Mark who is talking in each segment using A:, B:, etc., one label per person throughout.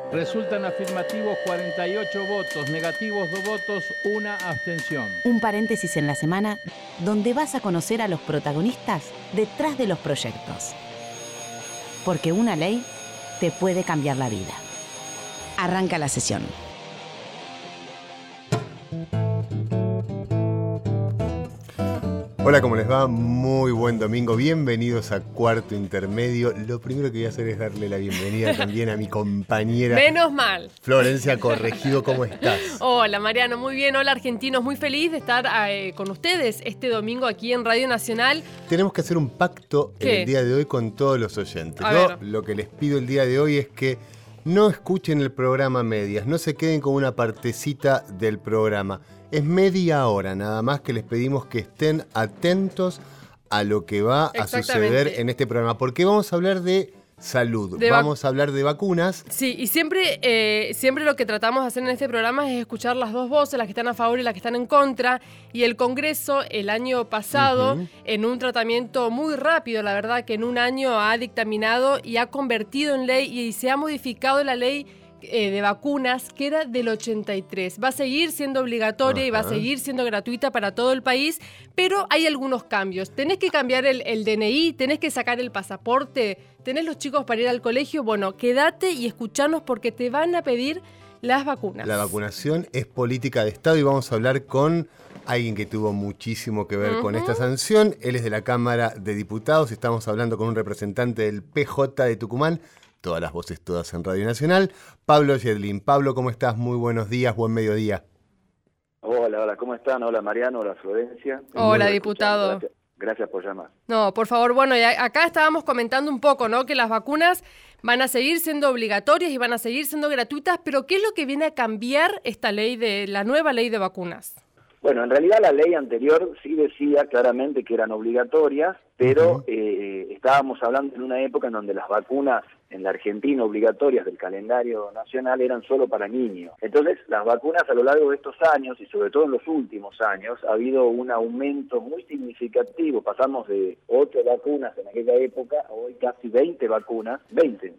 A: Resultan afirmativos 48 votos, negativos 2 votos, 1 abstención.
B: Un paréntesis en la semana donde vas a conocer a los protagonistas detrás de los proyectos. Porque una ley te puede cambiar la vida. Arranca la sesión.
C: Hola, ¿cómo les va? Muy buen domingo. Bienvenidos a Cuarto Intermedio. Lo primero que voy a hacer es darle la bienvenida también a mi compañera.
D: Menos mal.
C: Florencia Corregido, ¿cómo estás?
D: Hola, Mariano, muy bien. Hola, argentinos. Muy feliz de estar con ustedes este domingo aquí en Radio Nacional.
C: Tenemos que hacer un pacto el día de hoy con todos los oyentes. Yo lo que les pido el día de hoy es que no escuchen el programa a medias, no se queden con una partecita del programa. Es media hora nada más que les pedimos que estén atentos a lo que va a suceder en este programa, porque vamos a hablar de salud, vamos a hablar de vacunas.
D: Sí, y siempre lo que tratamos de hacer en este programa es escuchar las dos voces, las que están a favor y las que están en contra. Y el Congreso, el año pasado, en un tratamiento muy rápido, la verdad que en un año ha dictaminado y ha convertido en ley y se ha modificado la ley de vacunas, que era del 83. Va a seguir siendo obligatoria y va a seguir siendo gratuita para todo el país, pero hay algunos cambios. Tenés que cambiar el DNI, tenés que sacar el pasaporte, tenés los chicos para ir al colegio. Bueno, quédate y escuchanos porque te van a pedir las vacunas. La
C: vacunación es política de Estado y vamos a hablar con alguien que tuvo muchísimo que ver con esta sanción. Él es de la Cámara de Diputados. Estamos hablando con un representante del PJ de Tucumán. Todas las voces, todas en Radio Nacional. Pablo Yedlin. Pablo, ¿cómo estás? Muy buenos días, buen mediodía.
E: Hola, ¿cómo están? Hola Mariano, hola Florencia.
D: Hola, diputado.
E: Gracias por llamar.
D: No, por favor, bueno, acá estábamos comentando un poco, ¿no? Que las vacunas van a seguir siendo obligatorias y van a seguir siendo gratuitas, pero ¿qué es lo que viene a cambiar esta ley la nueva ley de vacunas?
E: Bueno, en realidad la ley anterior sí decía claramente que eran obligatorias, pero estábamos hablando en una época en donde las vacunas en la Argentina obligatorias del calendario nacional eran solo para niños. Entonces, las vacunas a lo largo de estos años, y sobre todo en los últimos años, ha habido un aumento muy significativo. Pasamos de 8 vacunas en aquella época a hoy casi 20 vacunas, 20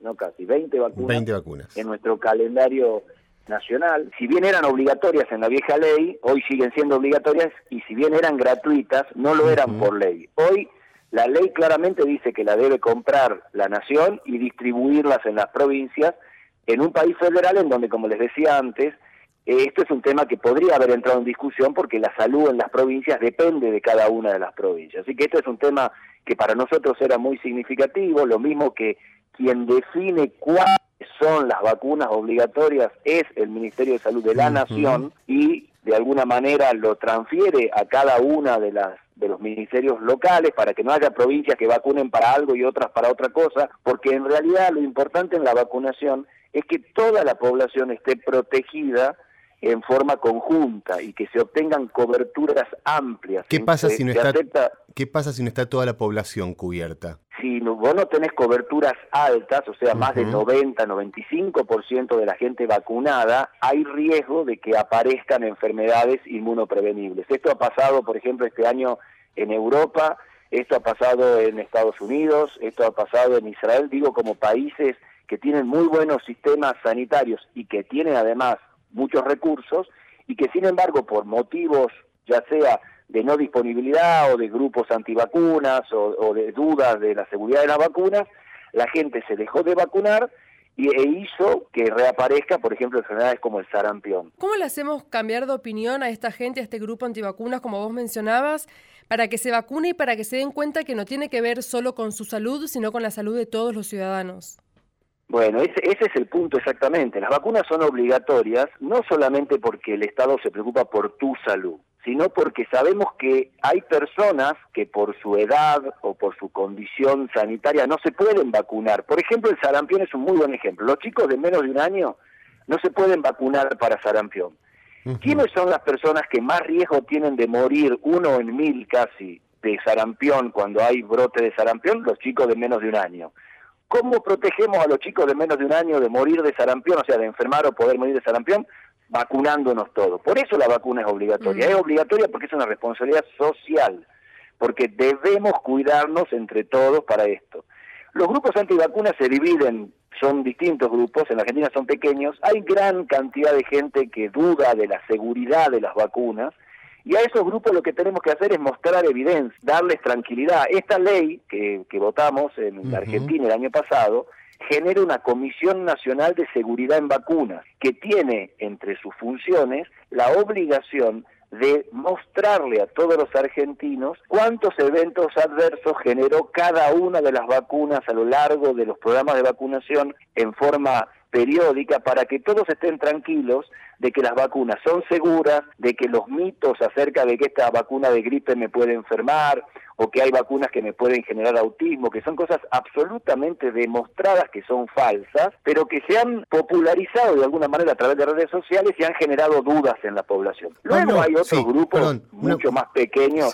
E: vacunas en nuestro calendario nacional. Si bien eran obligatorias en la vieja ley, hoy siguen siendo obligatorias, y si bien eran gratuitas, no lo eran por ley. Hoy la ley claramente dice que la debe comprar la nación y distribuirlas en las provincias, en un país federal en donde, como les decía antes, esto es un tema que podría haber entrado en discusión porque la salud en las provincias depende de cada una de las provincias. Así que esto es un tema que para nosotros era muy significativo, lo mismo que quien define cuáles son las vacunas obligatorias es el Ministerio de Salud de la Nación, y de alguna manera lo transfiere a cada una de los ministerios locales para que no haya provincias que vacunen para algo y otras para otra cosa, porque en realidad lo importante en la vacunación es que toda la población esté protegida en forma conjunta y que se obtengan coberturas amplias.
C: ¿Qué pasa si no está toda la población cubierta?
E: Si vos no tenés coberturas altas, o sea, más de 90-95% de la gente vacunada, hay riesgo de que aparezcan enfermedades inmunoprevenibles. Esto ha pasado, por ejemplo, este año en Europa, esto ha pasado en Estados Unidos, esto ha pasado en Israel, digo, como países que tienen muy buenos sistemas sanitarios y que tienen además muchos recursos, y que sin embargo por motivos ya sea de no disponibilidad o de grupos antivacunas o de dudas de la seguridad de las vacunas, la gente se dejó de vacunar e hizo que reaparezca, por ejemplo, enfermedades como el sarampión.
D: ¿Cómo le hacemos cambiar de opinión a esta gente, a este grupo antivacunas, como vos mencionabas, para que se vacune y para que se den cuenta que no tiene que ver solo con su salud, sino con la salud de todos los ciudadanos?
E: Bueno, ese es el punto exactamente. Las vacunas son obligatorias no solamente porque el Estado se preocupa por tu salud, sino porque sabemos que hay personas que por su edad o por su condición sanitaria no se pueden vacunar. Por ejemplo, el sarampión es un muy buen ejemplo. Los chicos de menos de un año no se pueden vacunar para sarampión. ¿Quiénes son las personas que más riesgo tienen de morir, 1 en 1000 casi, de sarampión cuando hay brote de sarampión? Los chicos de menos de un año. ¿Cómo protegemos a los chicos de menos de un año de morir de sarampión, o sea, de enfermar o poder morir de sarampión? Vacunándonos todos. Por eso la vacuna es obligatoria. Es obligatoria porque es una responsabilidad social, porque debemos cuidarnos entre todos para esto. Los grupos antivacunas se dividen, son distintos grupos, en la Argentina son pequeños, hay gran cantidad de gente que duda de la seguridad de las vacunas, y a esos grupos lo que tenemos que hacer es mostrar evidencia, darles tranquilidad. Esta ley que votamos en la Argentina el año pasado, genera una Comisión Nacional de Seguridad en Vacunas, que tiene entre sus funciones la obligación de mostrarle a todos los argentinos cuántos eventos adversos generó cada una de las vacunas a lo largo de los programas de vacunación en forma periódica, para que todos estén tranquilos de que las vacunas son seguras, de que los mitos acerca de que esta vacuna de gripe me puede enfermar, o que hay vacunas que me pueden generar autismo, que son cosas absolutamente demostradas que son falsas, pero que se han popularizado de alguna manera a través de redes sociales y han generado dudas en la población. Luego hay otros grupos mucho más pequeños,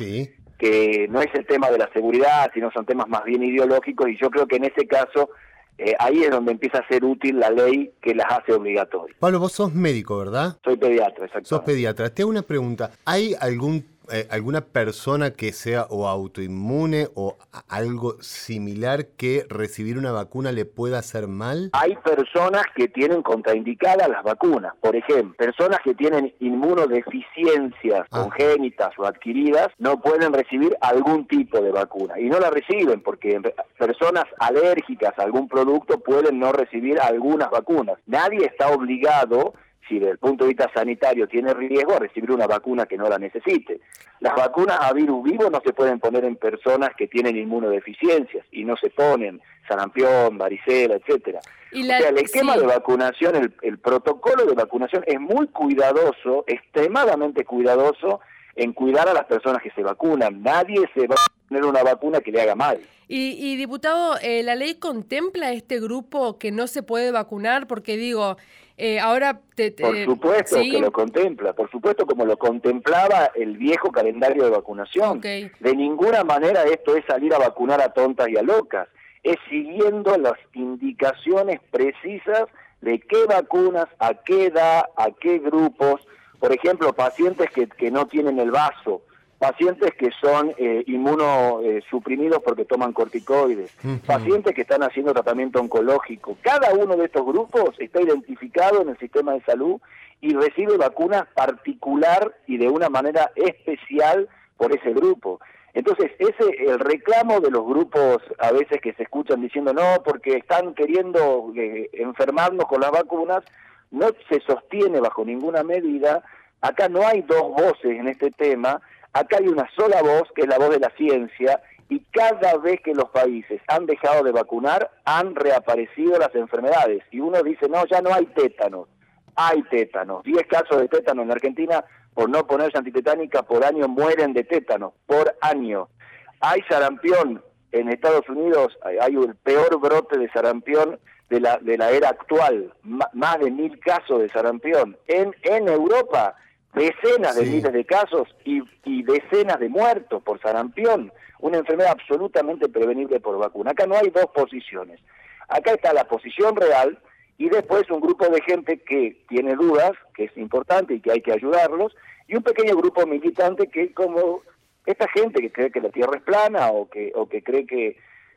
E: que no es el tema de la seguridad, sino son temas más bien ideológicos, y yo creo que en ese caso ahí es donde empieza a ser útil la ley que las hace obligatorias.
C: Pablo, vos sos médico, ¿verdad?
E: Soy pediatra, exactamente.
C: Sos pediatra. Te hago una pregunta. ¿Hay alguna persona que sea o autoinmune o algo similar que recibir una vacuna le pueda hacer mal?
E: Hay personas que tienen contraindicadas las vacunas. Por ejemplo, personas que tienen inmunodeficiencias congénitas o adquiridas no pueden recibir algún tipo de vacuna. Y no la reciben porque personas alérgicas a algún producto pueden no recibir algunas vacunas. Nadie está obligado, si desde el punto de vista sanitario tiene riesgo, a recibir una vacuna que no la necesite. Las vacunas a virus vivo no se pueden poner en personas que tienen inmunodeficiencias, y no se ponen sarampión, varicela, etcétera. O sea, el esquema de vacunación, el protocolo de vacunación es muy cuidadoso, extremadamente cuidadoso en cuidar a las personas que se vacunan. Nadie se va a poner una vacuna que le haga mal.
D: Y diputado, ¿la ley contempla este grupo que no se puede vacunar? Porque digo, ahora...
E: Por supuesto que lo contempla, por supuesto, como lo contemplaba el viejo calendario de vacunación. De ninguna manera esto es salir a vacunar a tontas y a locas, es siguiendo las indicaciones precisas de qué vacunas, a qué edad, a qué grupos. Por ejemplo, pacientes que no tienen el vaso, pacientes que son inmunosuprimidos porque toman corticoides, pacientes que están haciendo tratamiento oncológico. Cada uno de estos grupos está identificado en el sistema de salud y recibe vacunas particular y de una manera especial por ese grupo. Entonces, el reclamo de los grupos a veces que se escuchan diciendo no, porque están queriendo enfermarnos con las vacunas, no se sostiene bajo ninguna medida. Acá no hay dos voces en este tema. Acá hay una sola voz, que es la voz de la ciencia, y cada vez que los países han dejado de vacunar, han reaparecido las enfermedades. Y uno dice, no, ya no hay tétanos. Hay tétanos. 10 casos de tétano en la Argentina, por no ponerse antitetánica, por año mueren de tétano, por año. Hay sarampión. En Estados Unidos hay el peor brote de sarampión de la era actual. Más de 1.000 casos de sarampión. En Europa, decenas de miles de casos y decenas de muertos por sarampión, una enfermedad absolutamente prevenible por vacuna. Acá no hay dos posiciones. Acá está la posición real y después un grupo de gente que tiene dudas, que es importante y que hay que ayudarlos, y un pequeño grupo militante que, como esta gente que cree que la Tierra es plana o que cree que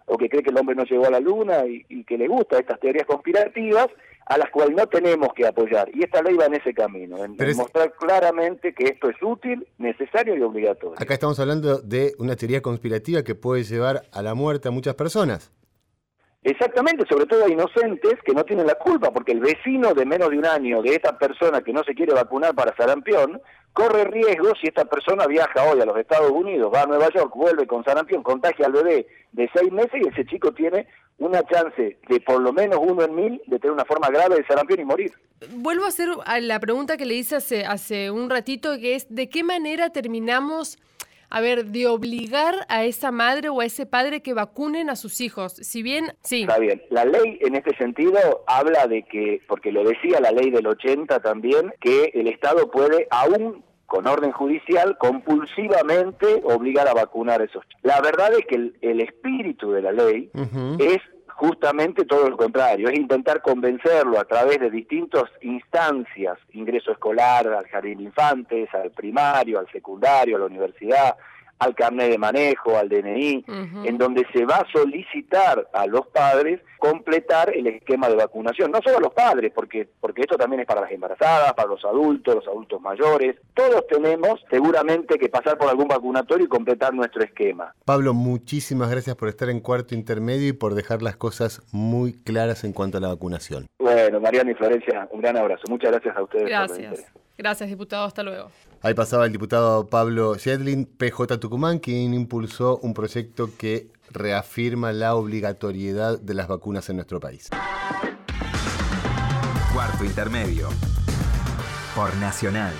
E: el hombre no llegó a la Luna y que le gusta estas teorías conspirativas, a las cuales no tenemos que apoyar. Y esta ley va en ese camino, en mostrar claramente que esto es útil, necesario y obligatorio.
C: Acá estamos hablando de una teoría conspirativa que puede llevar a la muerte a muchas personas.
E: Exactamente, sobre todo a inocentes que no tienen la culpa, porque el vecino de menos de un año de esta persona que no se quiere vacunar para sarampión, corre riesgo si esta persona viaja hoy a los Estados Unidos, va a Nueva York, vuelve con sarampión, contagia al bebé de 6 meses y ese chico tiene una chance de por lo menos 1 en 1000 de tener una forma grave de sarampión y morir.
D: Vuelvo a hacer la pregunta que le hice hace un ratito, que es ¿de qué manera terminamos de obligar a esa madre o a ese padre que vacunen a sus hijos? Si bien, sí.
E: Está bien. La ley en este sentido habla de que, porque lo decía la ley del 80 también, que el Estado puede, aún con orden judicial, compulsivamente obligar a vacunar a esos chicos. La verdad es que el espíritu de la ley es justamente todo lo contrario, es intentar convencerlo a través de distintas instancias, ingreso escolar, al jardín de infantes, al primario, al secundario, a la universidad, al carnet de manejo, al DNI, en donde se va a solicitar a los padres completar el esquema de vacunación. No solo a los padres, porque esto también es para las embarazadas, para los adultos mayores. Todos tenemos seguramente que pasar por algún vacunatorio y completar nuestro esquema.
C: Pablo, muchísimas gracias por estar en Cuarto Intermedio y por dejar las cosas muy claras en cuanto a la vacunación.
E: Bueno, Mariana y Florencia, un gran abrazo. Muchas gracias a ustedes.
D: Gracias. Gracias, diputado. Hasta luego.
C: Ahí pasaba el diputado Pablo Yedlin, PJ Tucumán, quien impulsó un proyecto que reafirma la obligatoriedad de las vacunas en nuestro país.
F: Cuarto Intermedio por Nacional.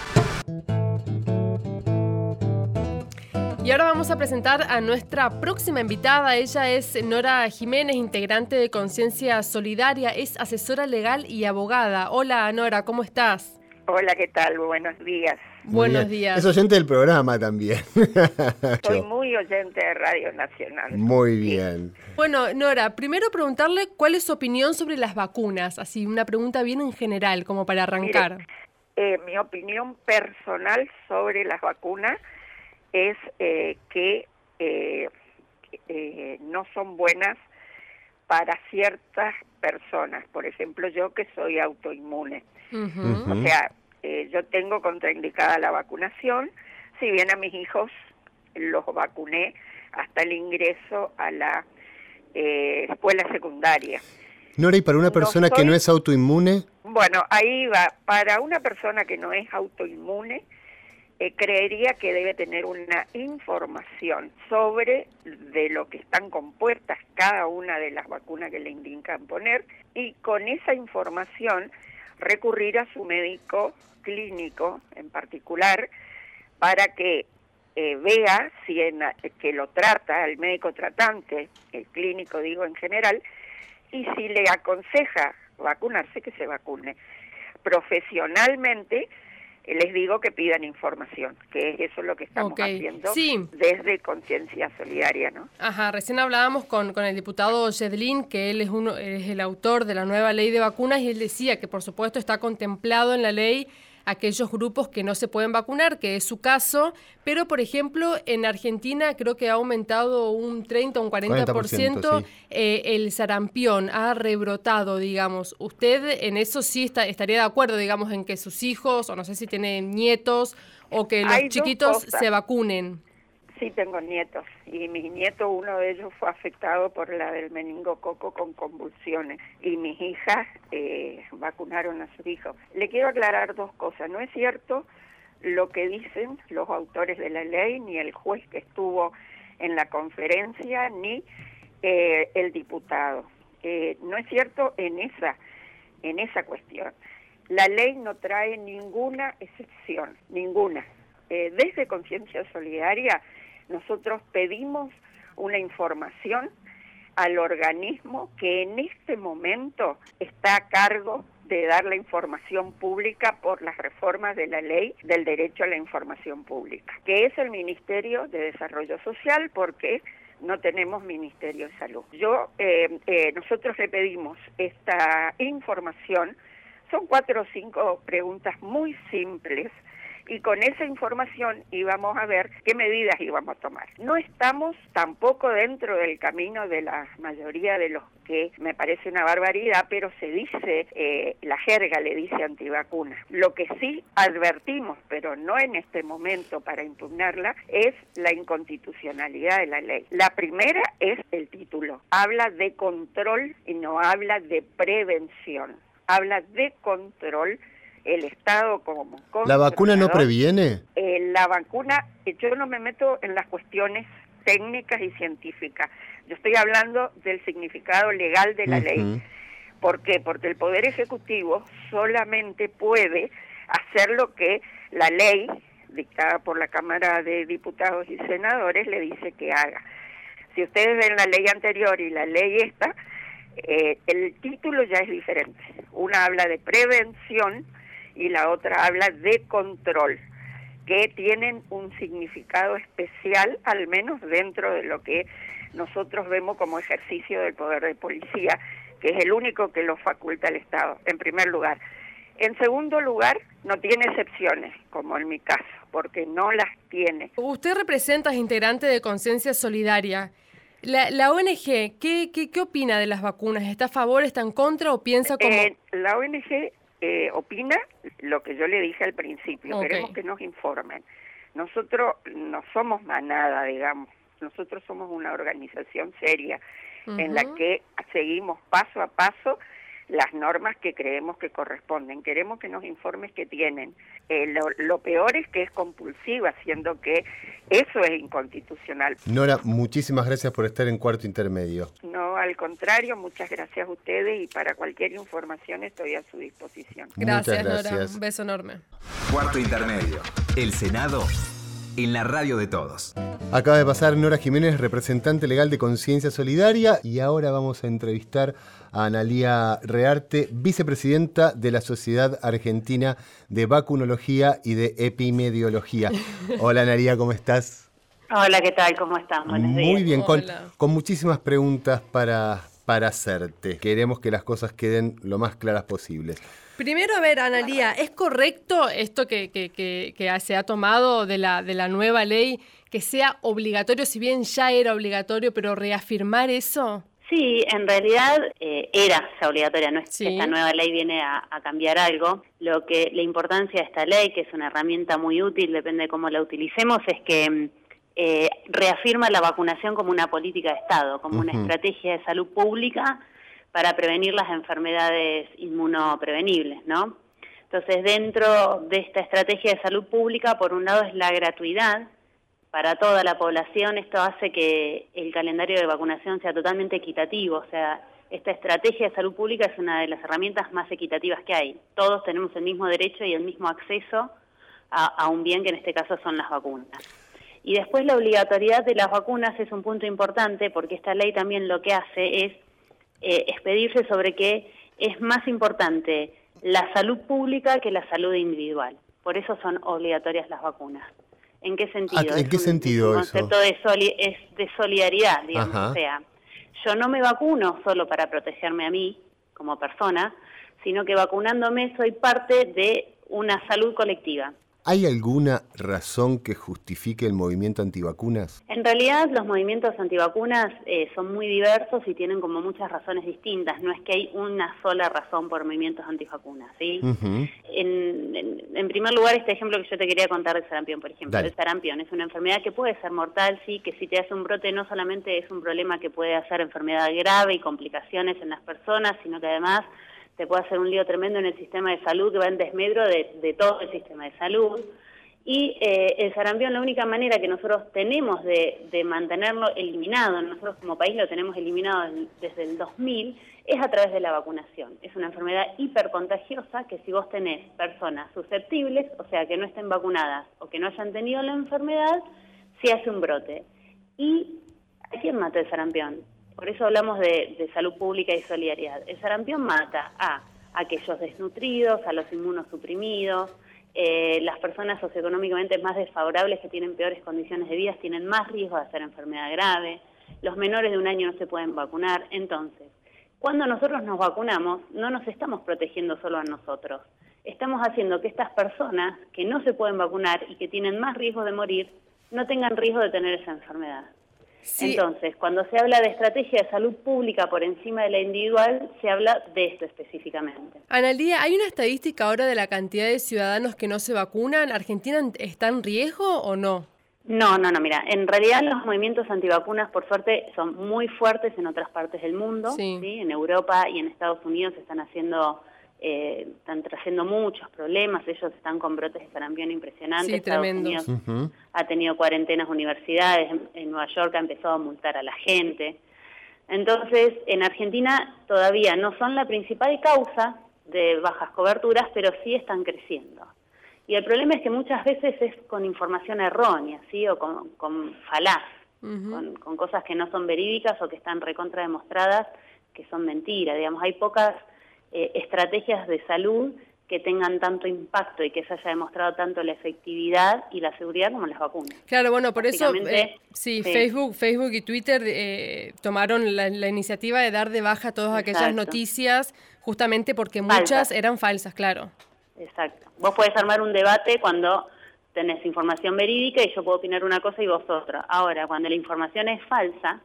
D: Y ahora vamos a presentar a nuestra próxima invitada. Ella es Nora Jiménez, integrante de Conciencia Solidaria, es asesora legal y abogada. Hola Nora, ¿cómo estás?
G: Hola, ¿qué tal? Buenos días.
D: Buenos días.
C: Es oyente del programa también.
G: Soy muy oyente de Radio Nacional.
C: Muy bien.
D: Sí. Bueno, Nora, primero preguntarle cuál es su opinión sobre las vacunas. Así, una pregunta bien en general, como para arrancar.
G: Mire, mi opinión personal sobre las vacunas es que no son buenas para ciertas personas. Por ejemplo, yo que soy autoinmune. O sea, yo tengo contraindicada la vacunación, si bien a mis hijos los vacuné hasta el ingreso a la escuela secundaria.
C: Nora, ¿y para una persona que no es autoinmune?
G: Bueno, ahí va. Para una persona que no es autoinmune, creería que debe tener una información sobre de lo que están compuestas cada una de las vacunas que le indican poner, y con esa información recurrir a su médico clínico en particular para que vea si que lo trata, el médico tratante, el clínico digo en general, y si le aconseja vacunarse, que se vacune. Profesionalmente les digo que pidan información, que es eso lo que estamos haciendo desde Conciencia Solidaria, ¿no?
D: Ajá, recién hablábamos con el diputado Yedlin, que él es el autor de la nueva ley de vacunas, y él decía que por supuesto está contemplado en la ley aquellos grupos que no se pueden vacunar, que es su caso, pero por ejemplo en Argentina creo que ha aumentado un 30 o un 40%, sí. El sarampión ha rebrotado, digamos. ¿Usted en eso sí estaría de acuerdo, digamos, en que sus hijos, o no sé si tienen nietos, o que los chiquitos se vacunen?
G: Sí, tengo nietos, y mi nieto, uno de ellos fue afectado por la del meningococo con convulsiones, y mis hijas vacunaron a sus hijos. Le quiero aclarar dos cosas. No es cierto lo que dicen los autores de la ley, ni el juez que estuvo en la conferencia, ni el diputado. No es cierto en esa cuestión. La ley no trae ninguna excepción, ninguna. Desde Conciencia Solidaria nosotros pedimos una información al organismo que en este momento está a cargo de dar la información pública por las reformas de la ley del derecho a la información pública, que es el Ministerio de Desarrollo Social, porque no tenemos Ministerio de Salud. Nosotros le pedimos esta información, son 4 o 5 preguntas muy simples, y con esa información íbamos a ver qué medidas íbamos a tomar. No estamos tampoco dentro del camino de la mayoría de los que me parece una barbaridad, pero se dice, la jerga le dice antivacuna. Lo que sí advertimos, pero no en este momento para impugnarla, es la inconstitucionalidad de la ley. La primera es el título. Habla de control y no habla de prevención. Habla de control. El Estado como
C: ¿La vacuna no previene?
G: La vacuna, yo no me meto en las cuestiones técnicas y científicas. Yo estoy hablando del significado legal de la ley. ¿Por qué? Porque el Poder Ejecutivo solamente puede hacer lo que la ley, dictada por la Cámara de Diputados y Senadores, le dice que haga. Si ustedes ven la ley anterior y la ley esta, el título ya es diferente. Una habla de prevención y la otra habla de control, que tienen un significado especial, al menos dentro de lo que nosotros vemos como ejercicio del poder de policía, que es el único que lo faculta el Estado. En primer lugar, En segundo lugar, no tiene excepciones, como en mi caso, porque no las tiene.
D: Usted representa, es integrante de Conciencia Solidaria. La ONG, ¿qué opina de las vacunas? ¿Está a favor, está en contra o piensa como...?
G: La ONG opina lo que yo le dije al principio. Queremos que nos informen. Nosotros no somos manada, digamos. Nosotros somos una organización seria en la que seguimos paso a paso las normas que creemos que corresponden. Queremos que nos informes que tienen. Lo peor es que es compulsiva, siendo que eso es inconstitucional.
C: Nora, muchísimas gracias por estar en Cuarto Intermedio.
G: No, al contrario, muchas gracias a ustedes y para cualquier información estoy a su disposición.
D: Gracias, Nora. Un beso enorme.
F: Cuarto Intermedio. El Senado en la radio de todos.
C: Acaba de pasar Nora Jiménez, representante legal de Conciencia Solidaria, y ahora vamos a entrevistar a Analía Rearte, vicepresidenta de la Sociedad Argentina de Vacunología y de Epidemiología. Hola Analía, ¿cómo estás?
H: Hola, ¿qué tal? ¿Cómo estás? Buenos días.
C: Muy bien, con muchísimas preguntas para hacerte. Queremos que las cosas queden lo más claras posibles.
D: Primero, a ver, Analía, ¿es correcto esto que se ha tomado de la nueva ley, que sea obligatorio, si bien ya era obligatorio, pero reafirmar eso?
H: Sí, en realidad era ya obligatoria, no es que esta nueva ley viene a cambiar algo. La importancia de esta ley, que es una herramienta muy útil, depende de cómo la utilicemos, es que reafirma la vacunación como una política de Estado, como una estrategia de salud pública para prevenir las enfermedades inmunoprevenibles, ¿no? Entonces, dentro de esta estrategia de salud pública, por un lado es la gratuidad para toda la población. Esto hace que el calendario de vacunación sea totalmente equitativo, o sea, esta estrategia de salud pública es una de las herramientas más equitativas que hay. Todos tenemos el mismo derecho y el mismo acceso a un bien que en este caso son las vacunas. Y después la obligatoriedad de las vacunas es un punto importante porque esta ley también lo que hace es expedirse sobre que es más importante la salud pública que la salud individual. Por eso son obligatorias las vacunas. ¿En qué sentido?
C: ¿En qué sentido
H: eso? Un concepto de solidaridad, digamos. O sea, yo no me vacuno solo para protegerme a mí como persona, sino que vacunándome soy parte de una salud colectiva.
C: ¿Hay alguna razón que justifique el movimiento antivacunas? En
H: realidad los movimientos antivacunas son muy diversos y tienen como muchas razones distintas. No es que hay una sola razón por movimientos antivacunas, ¿sí? En primer lugar, este ejemplo que yo te quería contar de sarampión, por ejemplo. Dale. El sarampión es una enfermedad que puede ser mortal, sí, que si te hace un brote no solamente es un problema que puede hacer enfermedad grave y complicaciones en las personas, sino que además te puede hacer un lío tremendo en el sistema de salud que va en desmedro de todo el sistema de salud. Y el sarampión, la única manera que nosotros tenemos de mantenerlo eliminado, nosotros como país lo tenemos eliminado desde el 2000, es a través de la vacunación. Es una enfermedad hipercontagiosa que si vos tenés personas susceptibles, o sea, que no estén vacunadas o que no hayan tenido la enfermedad, se hace un brote. ¿Y a quién mata el sarampión? Por eso hablamos de salud pública y solidaridad. El sarampión mata a aquellos desnutridos, a los inmunosuprimidos, las personas socioeconómicamente más desfavorables que tienen peores condiciones de vida tienen más riesgo de hacer enfermedad grave, los menores de 1 año no se pueden vacunar. Entonces, cuando nosotros nos vacunamos, no nos estamos protegiendo solo a nosotros, estamos haciendo que estas personas que no se pueden vacunar y que tienen más riesgo de morir, no tengan riesgo de tener esa enfermedad. Sí. Entonces, cuando se habla de estrategia de salud pública por encima de la individual, se habla de esto específicamente.
D: Analía, ¿hay una estadística ahora de la cantidad de ciudadanos que no se vacunan? ¿Argentina está en riesgo o no?
H: No, mira, en realidad los movimientos antivacunas, por suerte, son muy fuertes en otras partes del mundo, ¿sí? En Europa y en Estados Unidos están trayendo muchos problemas, ellos están con brotes de sarampión impresionantes.
D: Sí, tremendo.
H: Estados Unidos ha tenido cuarentenas universidades, en Nueva York ha empezado a multar a la gente. Entonces, en Argentina todavía no son la principal causa de bajas coberturas, pero sí están creciendo. Y el problema es que muchas veces es con información errónea, ¿sí? O con falaz, con cosas que no son verídicas o que están recontra demostradas que son mentiras. Digamos, hay pocas estrategias de salud que tengan tanto impacto y que se haya demostrado tanto la efectividad y la seguridad como las vacunas.
D: Claro, bueno, por eso sí. Facebook y Twitter tomaron la iniciativa de dar de baja todas aquellas noticias, justamente porque muchas eran falsas, claro.
H: Exacto. Vos podés armar un debate cuando tenés información verídica y yo puedo opinar una cosa y vos otra. Ahora, cuando la información es falsa,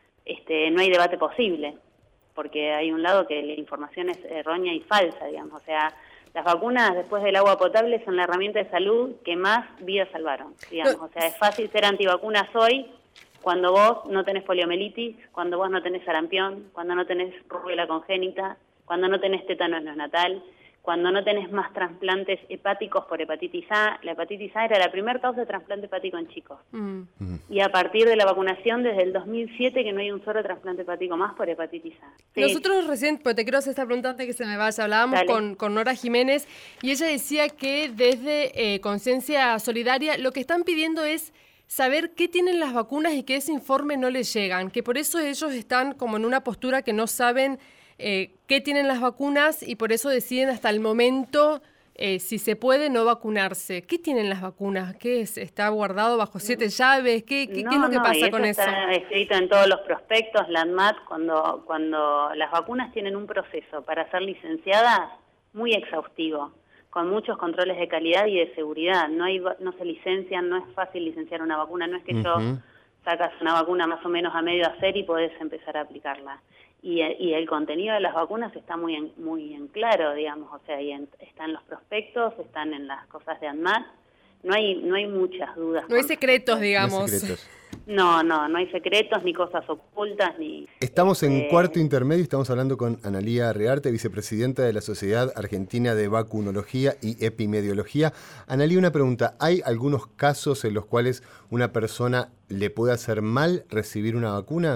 H: no hay debate posible, porque hay un lado que la información es errónea y falsa, digamos. O sea, las vacunas después del agua potable son la herramienta de salud que más vidas salvaron, digamos. O sea, es fácil ser antivacunas hoy cuando vos no tenés poliomielitis, cuando vos no tenés sarampión, cuando no tenés rubiola congénita, cuando no tenés tétano neonatal, cuando no tenés más trasplantes hepáticos por hepatitis A. La hepatitis A era la primera causa de trasplante hepático en chicos. Y a partir de la vacunación, desde el 2007, que no hay un solo trasplante hepático más por hepatitis A. Sí.
D: Nosotros recién, pues te quiero hacer esta pregunta antes que se me vaya, hablábamos con Nora Jiménez y ella decía que desde Conciencia Solidaria lo que están pidiendo es saber qué tienen las vacunas y que ese informe no les llegan, que por eso ellos están como en una postura que no saben qué tienen las vacunas y por eso deciden hasta el momento si se puede no vacunarse. ¿Qué tienen las vacunas? ¿Qué es? ¿Está guardado bajo 7 llaves? ¿Qué es lo que pasa con eso?
H: Está escrito en todos los prospectos, la ANMAT, cuando las vacunas tienen un proceso para ser licenciadas muy exhaustivo, con muchos controles de calidad y de seguridad. No se licencian, no es fácil licenciar una vacuna, no es que yo sacas una vacuna más o menos a medio hacer y podés empezar a aplicarla. Y el contenido de las vacunas está muy en claro, digamos, o sea, está en los prospectos, están en las cosas de ANMAT, no hay muchas dudas.
D: No hay secretos, digamos.
H: No hay secretos, ni cosas ocultas, ni...
C: Estamos en cuarto intermedio, estamos hablando con Analía Rearte, vicepresidenta de la Sociedad Argentina de Vacunología y Epidemiología. Analía, una pregunta, ¿hay algunos casos en los cuales una persona le puede hacer mal recibir una vacuna?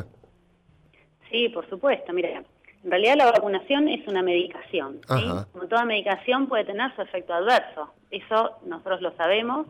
H: Sí, por supuesto. Mira, en realidad la vacunación es una medicación, ¿sí? Como toda medicación puede tener su efecto adverso. Eso nosotros lo sabemos.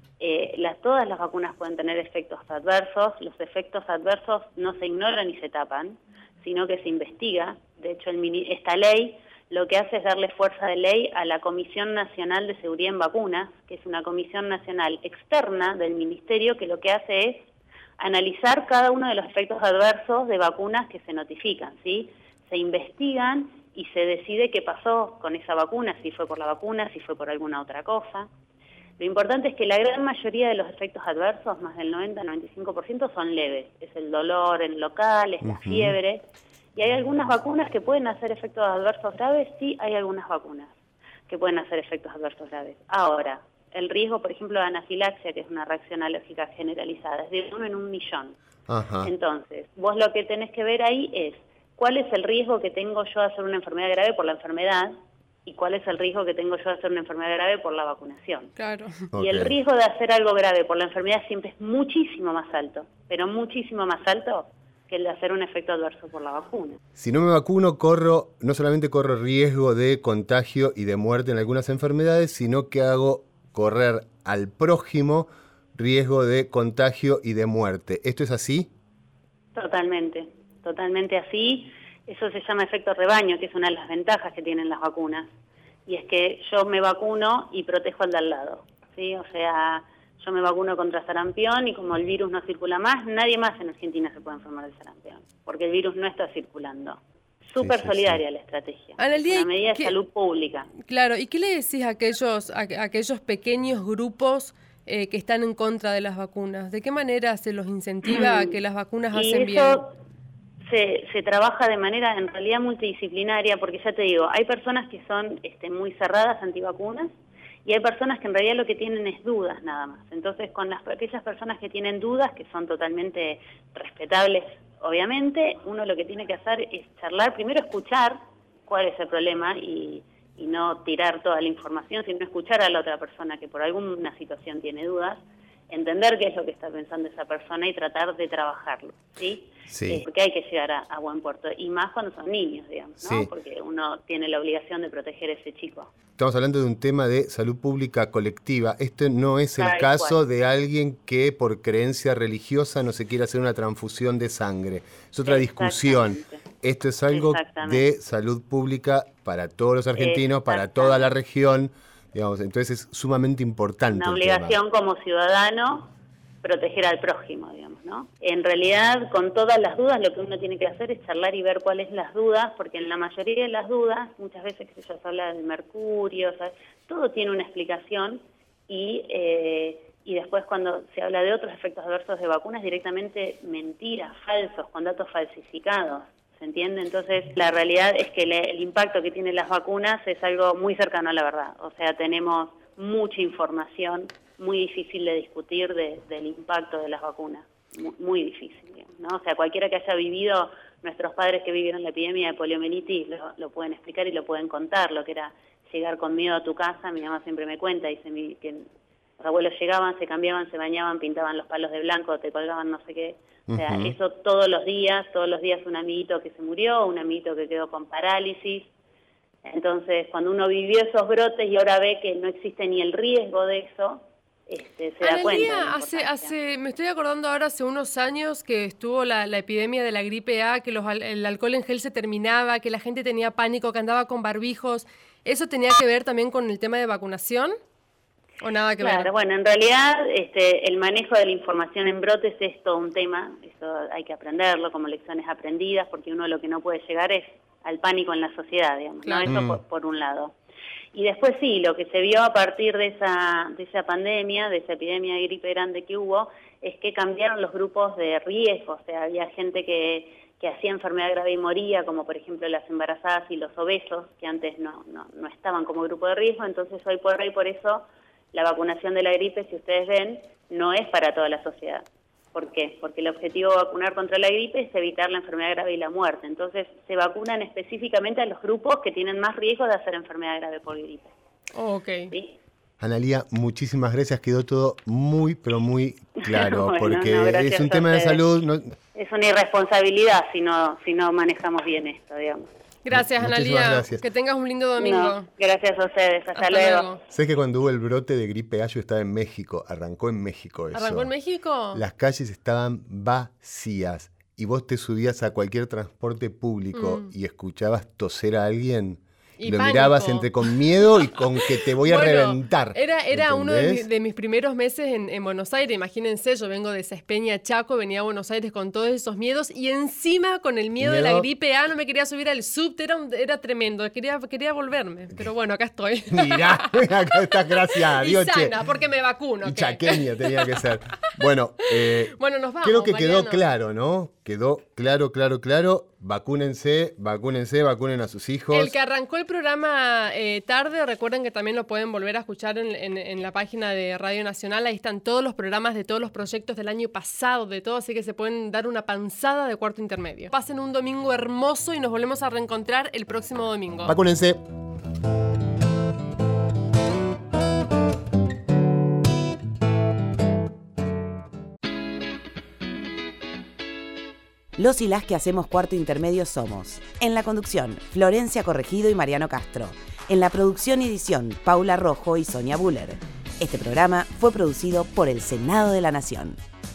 H: Todas las vacunas pueden tener efectos adversos. Los efectos adversos no se ignoran ni se tapan, sino que se investiga. De hecho, esta ley lo que hace es darle fuerza de ley a la Comisión Nacional de Seguridad en Vacunas, que es una comisión nacional externa del Ministerio que lo que hace es analizar cada uno de los efectos adversos de vacunas que se notifican, ¿sí? Se investigan y se decide qué pasó con esa vacuna, si fue por la vacuna, si fue por alguna otra cosa. Lo importante es que la gran mayoría de los efectos adversos, más del 90-95%, son leves. Es el dolor en local, es la fiebre. Y hay algunas vacunas que pueden hacer efectos adversos graves, sí hay algunas vacunas que pueden hacer efectos adversos graves. Ahora, el riesgo, por ejemplo, de anafilaxia, que es una reacción alérgica generalizada, es de 1 en 1.000.000. Entonces, vos lo que tenés que ver ahí es cuál es el riesgo que tengo yo de hacer una enfermedad grave por la enfermedad y cuál es el riesgo que tengo yo de hacer una enfermedad grave por la vacunación.
D: Claro.
H: Y el riesgo de hacer algo grave por la enfermedad siempre es muchísimo más alto, pero muchísimo más alto que el de hacer un efecto adverso por la vacuna.
C: Si no me vacuno, no solamente corro riesgo de contagio y de muerte en algunas enfermedades, sino que hago correr al prójimo riesgo de contagio y de muerte. ¿Esto es así?
H: Totalmente así. Eso se llama efecto rebaño, que es una de las ventajas que tienen las vacunas. Y es que yo me vacuno y protejo al de al lado, ¿sí? O sea, yo me vacuno contra sarampión y como el virus no circula más, nadie más en Argentina se puede enfermar del sarampión, porque el virus no está circulando. Súper solidaria la estrategia. Una medida de salud pública.
D: Claro, ¿y qué le decís a aquellos pequeños grupos que están en contra de las vacunas? ¿De qué manera se los incentiva a que las vacunas hacen bien?
H: Se trabaja de manera en realidad multidisciplinaria, porque ya te digo, hay personas que son muy cerradas antivacunas y hay personas que en realidad lo que tienen es dudas nada más. Entonces, con aquellas personas que tienen dudas, que son totalmente respetables, obviamente, uno lo que tiene que hacer es charlar, primero escuchar cuál es el problema y no tirar toda la información, sino escuchar a la otra persona que por alguna situación tiene dudas, entender qué es lo que está pensando esa persona y tratar de trabajarlo, ¿sí? Porque hay que llegar a buen puerto, y más cuando son niños, digamos, ¿no? Porque uno tiene la obligación de proteger a ese chico.
C: Estamos hablando de un tema de salud pública colectiva. Este no es el caso de alguien que por creencia religiosa no se quiere hacer una transfusión de sangre. Es otra discusión. esto es algo de salud pública para todos los argentinos, para toda la región, digamos, entonces es sumamente importante.
H: Una obligación como ciudadano proteger al prójimo, digamos, ¿no? En realidad, con todas las dudas, lo que uno tiene que hacer es charlar y ver cuáles son las dudas, porque en la mayoría de las dudas, muchas veces que se habla del mercurio, ¿sabes? Todo tiene una explicación y después cuando se habla de otros efectos adversos de vacunas, directamente mentiras, falsos, con datos falsificados, ¿se entiende? Entonces, la realidad es que el impacto que tienen las vacunas es algo muy cercano a la verdad. O sea, tenemos mucha información muy difícil de discutir del impacto de las vacunas, muy difícil, ¿no? O sea, cualquiera que haya vivido, nuestros padres que vivieron la epidemia de poliomielitis lo pueden explicar y lo pueden contar, lo que era llegar con miedo a tu casa. Mi mamá siempre me cuenta, dice que los abuelos llegaban, se cambiaban, se bañaban, pintaban los palos de blanco, te colgaban no sé qué. O sea, eso todos los días un amiguito que se murió, un amiguito que quedó con parálisis. Entonces, cuando uno vivió esos brotes y ahora ve que no existe ni el riesgo de eso, se da cuenta.
D: Me estoy acordando ahora, hace unos años que estuvo la epidemia de la gripe A, que el alcohol en gel se terminaba, que la gente tenía pánico, que andaba con barbijos. ¿Eso tenía que ver también con el tema de vacunación? ¿O nada que ver?
H: Claro, bueno, en realidad el manejo de la información en brotes es todo un tema. Eso hay que aprenderlo como lecciones aprendidas, porque uno lo que no puede llegar es al pánico en la sociedad, digamos, claro. ¿No? Eso por un lado. Y después sí, lo que se vio a partir de esa pandemia, de esa epidemia de gripe grande que hubo, es que cambiaron los grupos de riesgo. O sea, había gente que hacía enfermedad grave y moría, como por ejemplo las embarazadas y los obesos, que antes no estaban como grupo de riesgo. Entonces hoy por eso la vacunación de la gripe, si ustedes ven, no es para toda la sociedad. ¿Por qué? Porque el objetivo de vacunar contra la gripe es evitar la enfermedad grave y la muerte. Entonces, se vacunan específicamente a los grupos que tienen más riesgo de hacer enfermedad grave por gripe. ¿Sí?
C: Analía, muchísimas gracias. Quedó todo muy, pero muy claro, bueno, porque es un tema de salud. No...
H: Es una irresponsabilidad si no manejamos bien esto, digamos.
D: Gracias, Analía. Gracias. Que tengas un lindo domingo.
H: No, gracias a ustedes. Hasta luego.
C: Sé que cuando hubo el brote de gripe A, yo estaba en México. Arrancó en México eso.
D: ¿Arrancó en México?
C: Las calles estaban vacías. Y vos te subías a cualquier transporte público y escuchabas toser a alguien... Y lo pánico. Mirabas entre con miedo y con que te voy a reventar.
D: Era uno de mis primeros meses en Buenos Aires. Imagínense, yo vengo de Sespeña, Chaco, venía a Buenos Aires con todos esos miedos y encima con el miedo de la gripe A no me quería subir al subte, era tremendo. Quería volverme, pero bueno, acá estoy.
C: Mirá, acá estás, gracias a Dios.
D: Y sana, porque me vacuno.
C: Y chaqueña tenía que ser. Bueno,
D: nos vamos,
C: creo que
D: Mariano.
C: Quedó claro, ¿no? Quedó claro. Vacúnense, vacunen a sus hijos.
D: El que arrancó el programa tarde, recuerden que también lo pueden volver a escuchar en la página de Radio Nacional. Ahí están todos los programas de todos los proyectos del año pasado, de todo, así que se pueden dar una panzada de Cuarto Intermedio. Pasen un domingo hermoso y nos volvemos a reencontrar el próximo domingo.
C: Vacúnense.
B: Los y las que hacemos Cuarto Intermedio somos: en la conducción, Florencia Corregido y Mariano Castro; en la producción y edición, Paula Rojo y Sonia Buller. Este programa fue producido por el Senado de la Nación.